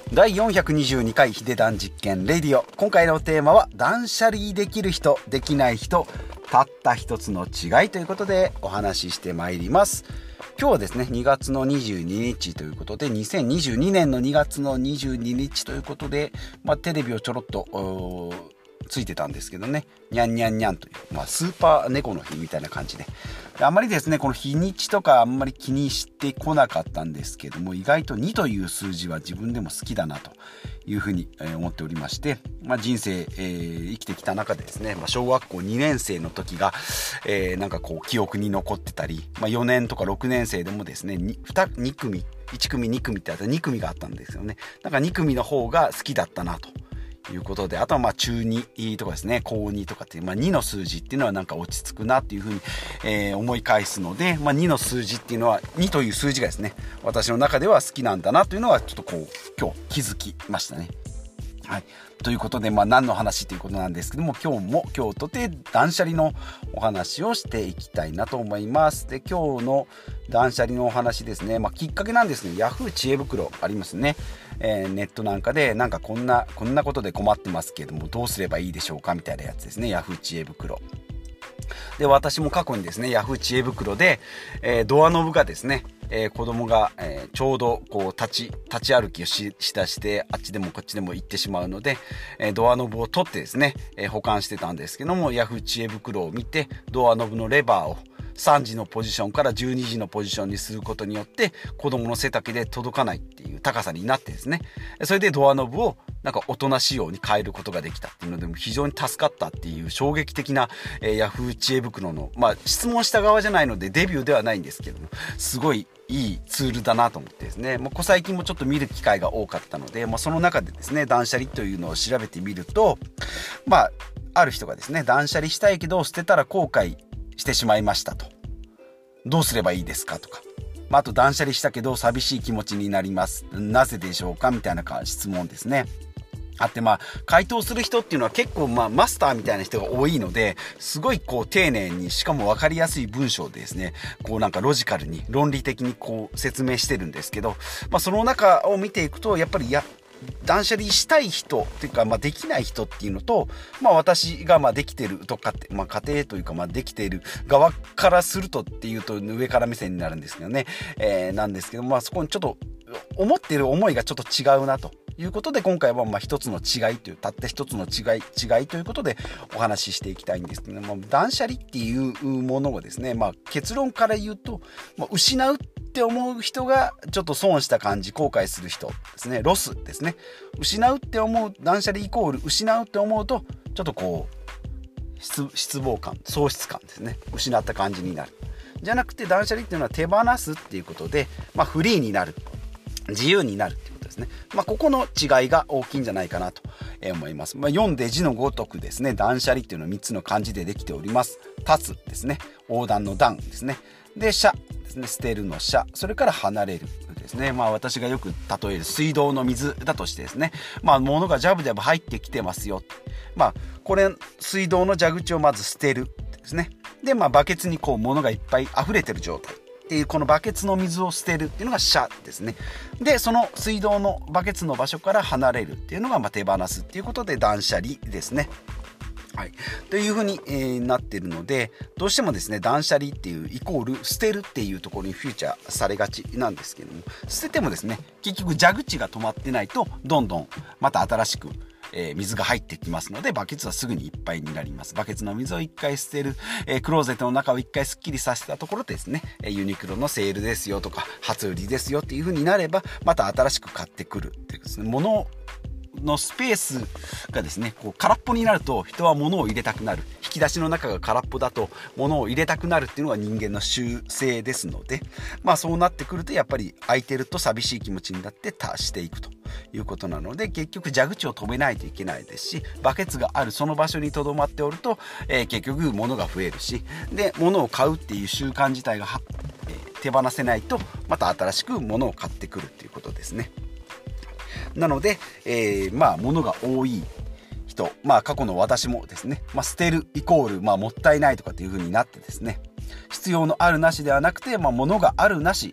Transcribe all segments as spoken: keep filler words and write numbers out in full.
だいよんひゃくにじゅうにかいヒデダン実験レディオ。今回のテーマは断捨離できる人できない人たった一つの違いということでお話ししてまいります。今日はですねにがつのにじゅうににちということでにせんにじゅうにねんのにがつのにじゅうににちということで、まあ、テレビをちょろっとついてたんですけどね、にゃんにゃんにゃんという、まあ、スーパー猫の日みたいな感じで、あまりですねこの日にちとかあんまり気にしてこなかったんですけども、意外とにという数字は自分でも好きだなというふうに思っておりまして、まあ、人生、えー、生きてきた中でですね、まあ、小学校にねんせいの時が、えー、なんかこう記憶に残ってたり、まあ、よねんとかろくねんせいでもですね 2, 2組いち組に組ってあったに組があったんですよね。なんかに組の方が好きだったなということで、あとはまあ中にとかですね、高にとかっていう、まあ、にの数字っていうのはなんか落ち着くなっていうふうに、えー、思い返すので、まあ、にの数字っていうのはにという数字がですね私の中では好きなんだなというのはちょっとこう今日気づきましたね。はい、ということで、まあ、何の話ということなんですけども、今日も今日とて断捨離のお話をしていきたいなと思います。で、今日の断捨離のお話ですね、まあ、きっかけなんですね、ヤフー知恵袋ありますね、えー、ネットなんかでなんかこんなこんなことで困ってますけどもどうすればいいでしょうかみたいなやつですね。ヤフー知恵袋で、私も過去にですねヤフー知恵袋で、えー、ドアノブがですね、えー、子供が、えー、ちょうどこう立ち立ち歩きをししだしてあっちでもこっちでも行ってしまうので、えー、ドアノブを取ってですね、えー、保管してたんですけども、ヤフー知恵袋を見てドアノブのレバーをさんじのポジションからじゅうにじのポジションにすることによって子供の背丈で届かないっていう高さになってですね、それでドアノブをなんか大人仕様に変えることができたっていうのでも非常に助かったっていう衝撃的な、えー、ヤフー知恵袋の、まあ質問した側じゃないのでデビューではないんですけども、すごいいいツールだなと思ってですね、もうここ最近もちょっと見る機会が多かったので、まあ、その中でですね断捨離というのを調べてみると、まあある人がですね断捨離したいけど捨てたら後悔してしまいましたと、どうすればいいですかとか、まあ、あと断捨離したけど寂しい気持ちになります、なぜでしょうかみたいな質問ですねあって、まあ回答する人っていうのは結構まあマスターみたいな人が多いので、すごいこう丁寧にしかも分かりやすい文章でですねこうなんかロジカルに論理的にこう説明してるんですけど、まあその中を見ていくとやっぱりや断捨離したい人っていうか、まあ、できない人っていうのと、まあ、私がまあできてるとかって、まあ、家庭というかまあできている側からするとっていうと上から目線になるんですけどね、えー、なんですけど、まあそこにちょっと思っている思いがちょっと違うなということで、今回はまあ一つの違いというたった一つの違い違いということでお話ししていきたいんですけども、断捨離っていうものをですね、まあ、結論から言うと、まあ、失うって思う人がちょっと損した感じ、後悔する人ですね、ロスですね。失うって思う、断捨離イコール失うって思うとちょっとこう 失, 失望感喪失感ですね、失った感じになる。じゃなくて断捨離っていうのは手放すっていうことで、まあ、フリーになる、自由になるっていうことですね。まあ、ここの違いが大きいんじゃないかなと思います。まあ、読んで字のごとくですね、断捨離っていうのはみっつの漢字でできております。立つですね、横断の断ですね、で捨ですね、捨てるの捨、それから離れるですね。まあ私がよく例える水道の水だとしてですね、まあ物がジャブジャブ入ってきてますよ。まあこれ水道の蛇口をまず捨てるですね。でまあバケツにこう物がいっぱい溢れてる状態っていう、このバケツの水を捨てるっていうのが捨ですね。でその水道のバケツの場所から離れるっていうのがまあ手放すっていうことで断捨離ですね。はい、というふうに、えー、なっているので、どうしてもですね断捨離っていうイコール捨てるっていうところにフューチャーされがちなんですけども、捨ててもですね結局蛇口が止まってないとどんどんまた新しく、えー、水が入ってきますので、バケツはすぐにいっぱいになります。バケツの水をいっかい捨てる、えー、クローゼットの中をいっかいすっきりさせたところでですね、ユニクロのセールですよとか初売りですよっていうふうになれば、また新しく買ってくるっていうですね、物をのスペースがですねこう空っぽになると人は物を入れたくなる、引き出しの中が空っぽだと物を入れたくなるっていうのが人間の習性ですので、まあそうなってくるとやっぱり空いてると寂しい気持ちになって足していくということなので、結局蛇口を止めないといけないですし、バケツがあるその場所にとどまっておると、えー、結局物が増えるし、で物を買うっていう習慣自体が、えー、手放せないとまた新しく物を買ってくるっていうことですね。なので、えー、まあ物が多い人、まあ過去の私もですね、まあ、捨てるイコール、まあ、もったいないとかっていう風になってですね、必要のあるなしではなくて、まあ、物があるなし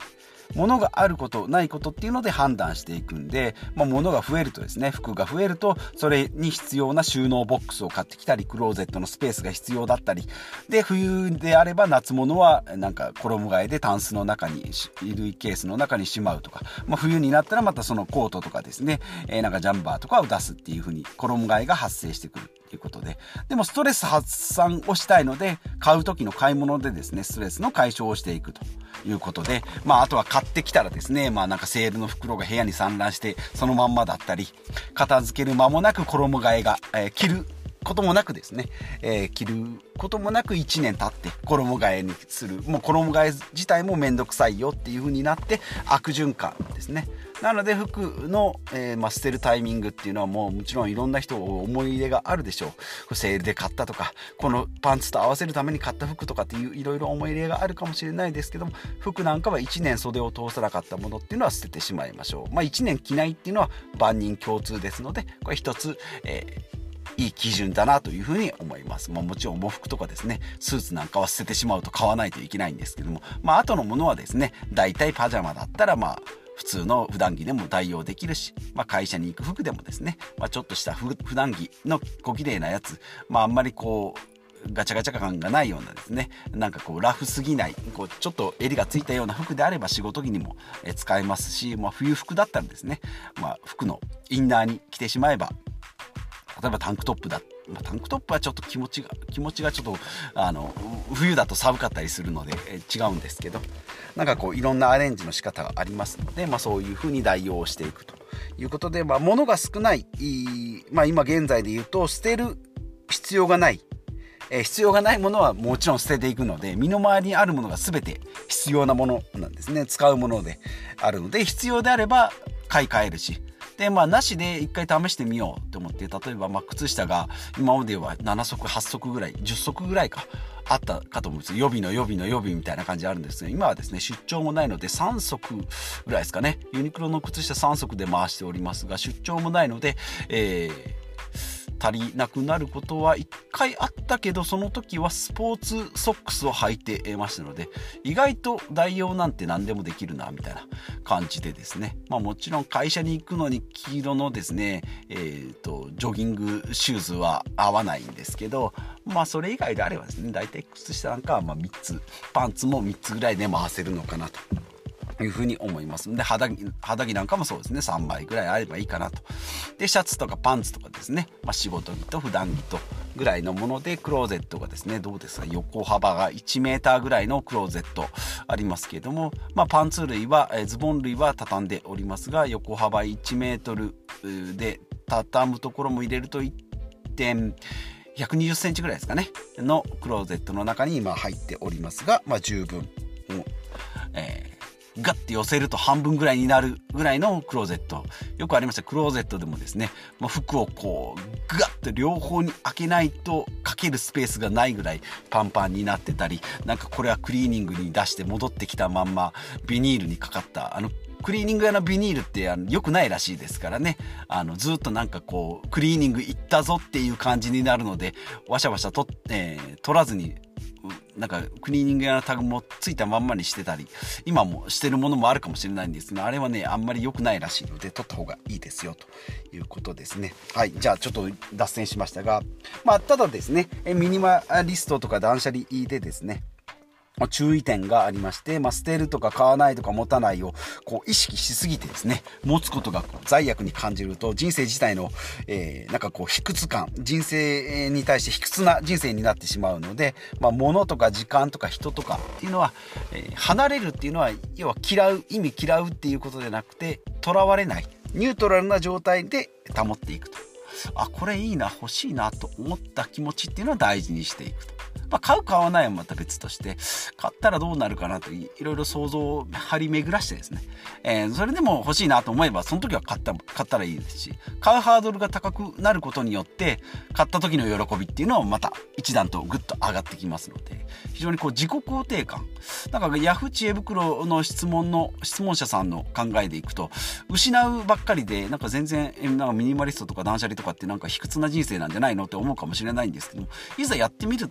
物があることないことっていうので判断していくんで、まあ、物が増えるとですね、服が増えるとそれに必要な収納ボックスを買ってきたり、クローゼットのスペースが必要だったりで、冬であれば夏物はなんか衣替えでタンスの中に、衣類ケースの中にしまうとか、まあ、冬になったらまたそのコートとかですね、えー、なんかジャンバーとかを出すっていう風に衣替えが発生してくるということで、でもストレス発散をしたいので、買う時の買い物でですね、ストレスの解消をしていくということで、まああとは買ってきたらですね、まあなんかセールの袋が部屋に散乱してそのまんまだったり、片付ける間もなく衣替えが、えー、着ることもなくですね、えー、着ることもなくいちねん経って衣替えにする、もう衣替え自体もめんどくさいよっていう風になって悪循環ですね。なので服の、えーまあ、捨てるタイミングっていうのはもうもちろんいろんな人思い入れがあるでしょう。セールで買ったとか、このパンツと合わせるために買った服とかっていういろいろ思い入れがあるかもしれないですけども、服なんかはいちねん袖を通さなかったものっていうのは捨ててしまいましょう。まあいちねん着ないっていうのは万人共通ですので、これ一つ、えーいい基準だなというふうに思います。まあ、もちろん喪服とかですね、スーツなんかは捨ててしまうと買わないといけないんですけども、まあ後のものはですね、だいたいパジャマだったらまあ普通の普段着でも代用できるし、まあ、会社に行く服でもですね、まあ、ちょっとした普段着の小綺麗なやつ、まああんまりこうガチャガチャ感がないようなですね、なんかこうラフすぎない、こうちょっと襟がついたような服であれば仕事着にも使えますし、まあ、冬服だったらですね、まあ、服のインナーに着てしまえば、例えばタンクトップだ、まあ、タンクトップはちょっと気持ちが気持ちがちょっとあの冬だと寒かったりするので、え違うんですけど、なんかこういろんなアレンジの仕方がありますので、まあ、そういう風に代用をしていくということで、まあ、物が少ない、まあ、今現在で言うと捨てる必要がない、えー、必要がないものはもちろん捨てていくので、身の回りにあるものが全て必要なものなんですね。使うものであるので、必要であれば買い替えるし、でまあなしで一回試してみようと思って、例えばまあ靴下が今まではなな足はっ足ぐらいじゅっ足ぐらいかあったかと思うんです。予備の予備の予備みたいな感じであるんですが、今はですね出張もないのでさん足ぐらいですかね。ユニクロの靴下さん足で回しておりますが、出張もないので、えー足りなくなることはいっかいあったけど、その時はスポーツソックスを履いてましたので、意外と代用なんて何でもできるなみたいな感じでですね、まあもちろん会社に行くのに黄色のですね、えーとジョギングシューズは合わないんですけど、まあそれ以外であればですね、大体靴下なんかはまあみっつ、パンツもみっつぐらいで回せるのかなというふうに思います。で肌着、肌着なんかもそうですね、さんまいぐらいあればいいかなと。でシャツとかパンツとかですね、まあ、仕事着と普段着とぐらいのもので、クローゼットがですね、どうですか、横幅がいちメーターぐらいのクローゼットありますけれども、まあ、パンツ類は、えズボン類は畳んでおりますが、横幅いちメートルで畳むところも入れるといってんひゃくにじゅっセンチぐらいですかねのクローゼットの中に今入っておりますが、まあ、十分、えーガッて寄せると半分ぐらいになるぐらいのクローゼット、よくありました。クローゼットでもですね、まあ、服をこうガッと両方に開けないとかけるスペースがないぐらいパンパンになってたり、なんかこれはクリーニングに出して戻ってきたまんまビニールにかかったあのクリーニング用のビニールってあの良くないらしいですからね、あのずっとなんかこうクリーニング行ったぞっていう感じになるので、わしゃわしゃと、えー、取らずになんかクリーニング用のタグもついたまんまにしてたり、今もしてるものもあるかもしれないんですが、あれはねあんまり良くないらしいので取った方がいいですよということですね。はい、じゃあちょっと脱線しましたが、まあただですね、ミニマリストとか断捨離でですね、注意点がありまして、まあ、捨てるとか買わないとか持たないをこう意識しすぎてですね、持つことが罪悪に感じると人生自体の、えー、なんかこう卑屈感、人生に対して卑屈な人生になってしまうので、まあ、物とか時間とか人とかっていうのは、えー、離れるっていうのは要は嫌う、意味嫌うっていうことでなくて、とらわれないニュートラルな状態で保っていくと。あ、これいいな、欲しいなと思った気持ちっていうのは大事にしていくと。まあ、買う買わないはまた別として、買ったらどうなるかなといろいろ想像を張り巡らしてですね、えー、それでも欲しいなと思えばその時は買った買ったらいいですし、買うハードルが高くなることによって買った時の喜びっていうのはまた一段とグッと上がってきますので、非常にこう自己肯定感、なんかヤフー知恵袋の質問の質問者さんの考えでいくと、失うばっかりでなんか全然なんかミニマリストとか断捨離とかってなんか卑屈な人生なんじゃないのって思うかもしれないんですけども、いざやってみるとですね、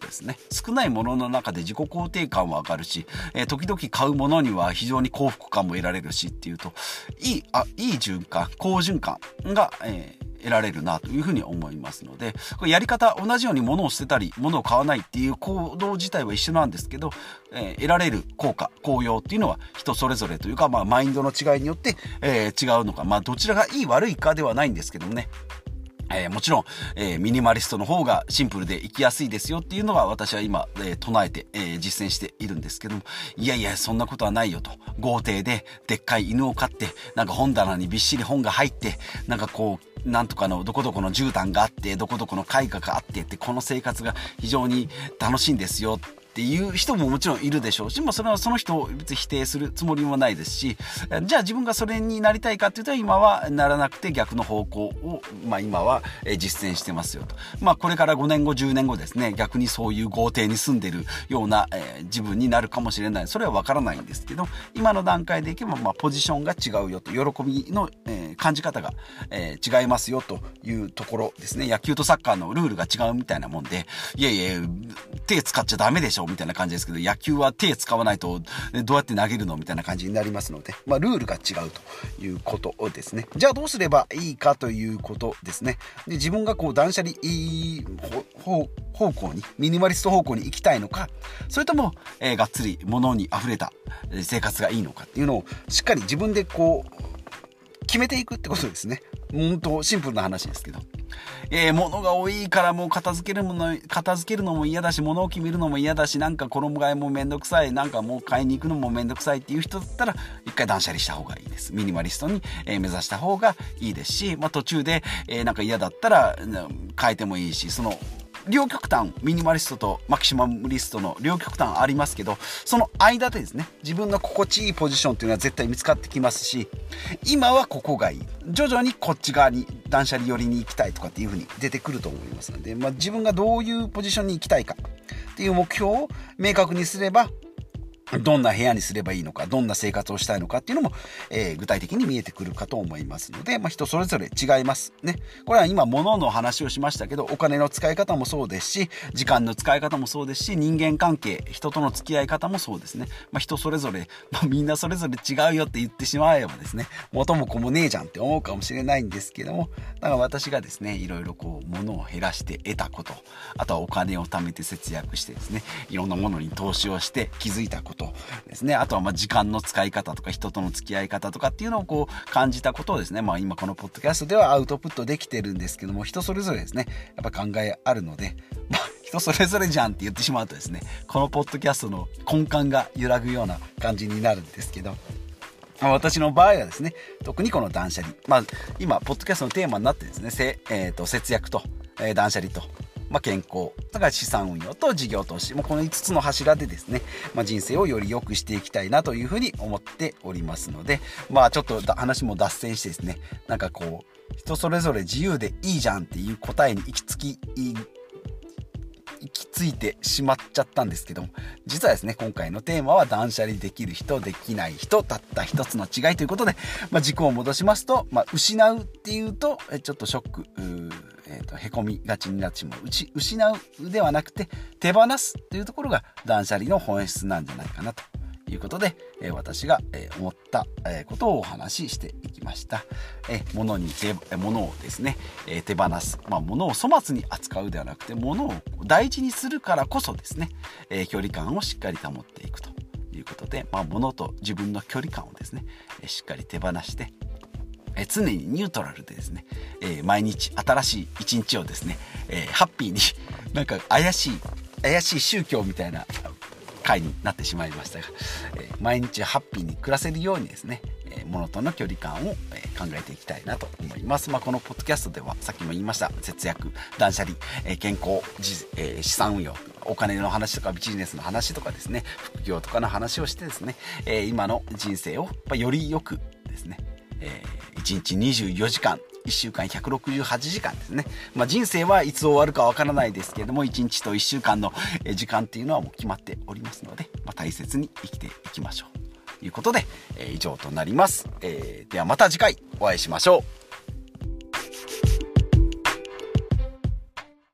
少ないものの中で自己肯定感は上がるし、えー、時々買うものには非常に幸福感も得られるしっていうと、いい、あ、いい循環、好循環が、えー得られるなというふうに思いますので、これやり方同じように物を捨てたり物を買わないっていう行動自体は一緒なんですけど、えー、得られる効果効用っていうのは人それぞれというか、まあマインドの違いによって、えー、違うのか、まあどちらがいい悪いかではないんですけどもね、えー、もちろん、えー、ミニマリストの方がシンプルで生きやすいですよっていうのが私は今、えー、唱えて、えー、実践しているんですけども、いやいやそんなことはないよと。豪邸ででっかい犬を飼って、なんか本棚にびっしり本が入って、なんかこうなんとかのどこどこの絨毯があって、どこどこの絵画があってって、この生活が非常に楽しいんですよっていう人ももちろんいるでしょうし、まあ、それはその人を別に否定するつもりもないですし、じゃあ自分がそれになりたいかっていうと今はならなくて逆の方向を、まあ、今は実践してますよと。まあこれからごねんごじゅうねんごですね、逆にそういう豪邸に住んでるような、えー、自分になるかもしれない。それはわからないんですけど、今の段階でいけば、まあ、ポジションが違うよと、喜びの、えー、感じ方が、えー、違いますよというところですね。野球とサッカーのルールが違うみたいなもんで、いやいや手使っちゃダメでしょみたいな感じですけど、野球は手使わないとどうやって投げるのみたいな感じになりますので、まあ、ルールが違うということですね。じゃあどうすればいいかということですね。で、自分がこう断捨離方向に、ミニマリスト方向に行きたいのか、それとも、えー、がっつり物に溢れた生活がいいのかっていうのをしっかり自分でこう決めていくってことですね。本当シンプルな話ですけど、えー、物が多いからもう片付けるもの片付けるのも嫌だし、物を決めるのも嫌だし、なんか衣替えもめんどくさい、なんかもう買いに行くのもめんどくさいっていう人だったら一回断捨離した方がいいです。ミニマリストに、えー、目指した方がいいですし、まあ、途中で、えー、なんか嫌だったら変えてもいいし、その両極端、ミニマリストとマキシマムリストの両極端ありますけど、その間でですね、自分の心地いいポジションっていうのは絶対見つかってきますし、今はここがいい、徐々にこっち側に断捨離寄りに行きたいとかっていう風に出てくると思いますので、まあ、自分がどういうポジションに行きたいかっていう目標を明確にすれば、どんな部屋にすればいいのか、どんな生活をしたいのかっていうのも、えー、具体的に見えてくるかと思いますので、まあ、人それぞれ違いますね。これは今物の話をしましたけど、お金の使い方もそうですし、時間の使い方もそうですし、人間関係、人との付き合い方もそうですね。まあ、人それぞれ、まあ、みんなそれぞれ違うよって言ってしまえばですね、元も子もねえじゃんって思うかもしれないんですけども、だから私がですね、いろいろこう物を減らして得たこと、あとはお金を貯めて節約してですね、いろんなものに投資をして気づいたことですね、あとはまあ時間の使い方とか人との付き合い方とかっていうのをこう感じたことをですね、まあ今このポッドキャストではアウトプットできてるんですけども、人それぞれですね、やっぱ考えあるので、まあ人それぞれじゃんって言ってしまうとですね、このポッドキャストの根幹が揺らぐような感じになるんですけど、私の場合はですね、特にこの断捨離、まあ今ポッドキャストのテーマになってですね、せ、えー、と節約と、えー、断捨離と、まあ、健康、だから資産運用と事業投資、もうこのいつつの柱でですね、まあ、人生をより良くしていきたいなというふうに思っておりますので、まあちょっと話も脱線してですね、なんかこう人それぞれ自由でいいじゃんっていう答えに行き着き行き着いてしまっちゃったんですけども、実はですね、今回のテーマは断捨離できる人できない人たった一つの違いということで、まあ、軸を戻しますと、まあ、失うっていうとちょっとショック、えー、とへこみがちになってしまう。うち失うではなくて手放すというところが断捨離の本質なんじゃないかなということで、えー、私が、えー、思った、えー、ことをお話ししていきました。えー、物に手物をですね、えー、手放す、まあ、物を粗末に扱うではなくて物を大事にするからこそですね、えー、距離感をしっかり保っていくということで、まあ、物と自分の距離感をですね、えー、しっかり手放してえ常にニュートラルでですね、えー、毎日新しい一日をですね、えー、ハッピーになんか怪しい怪しい宗教みたいな回になってしまいましたが、えー、毎日ハッピーに暮らせるようにですね、えー、物との距離感を、えー、考えていきたいなと思います。まあ、このポッドキャストではさっきも言いました節約、断捨離、えー、健康、えー、資産運用、お金の話とかビジネスの話とかですね、副業とかの話をしてですね、えー、今の人生をやっぱよりよくですね、えー、いちにちにじゅうよじかん、いっしゅうかんひゃくろくじゅうはちじかんですね。まあ、人生はいつ終わるかわからないですけれども、いちにちといっしゅうかんの時間っていうのはもう決まっておりますので、まあ、大切に生きていきましょうということで、えー、以上となります。えー、ではまた次回お会いしましょう。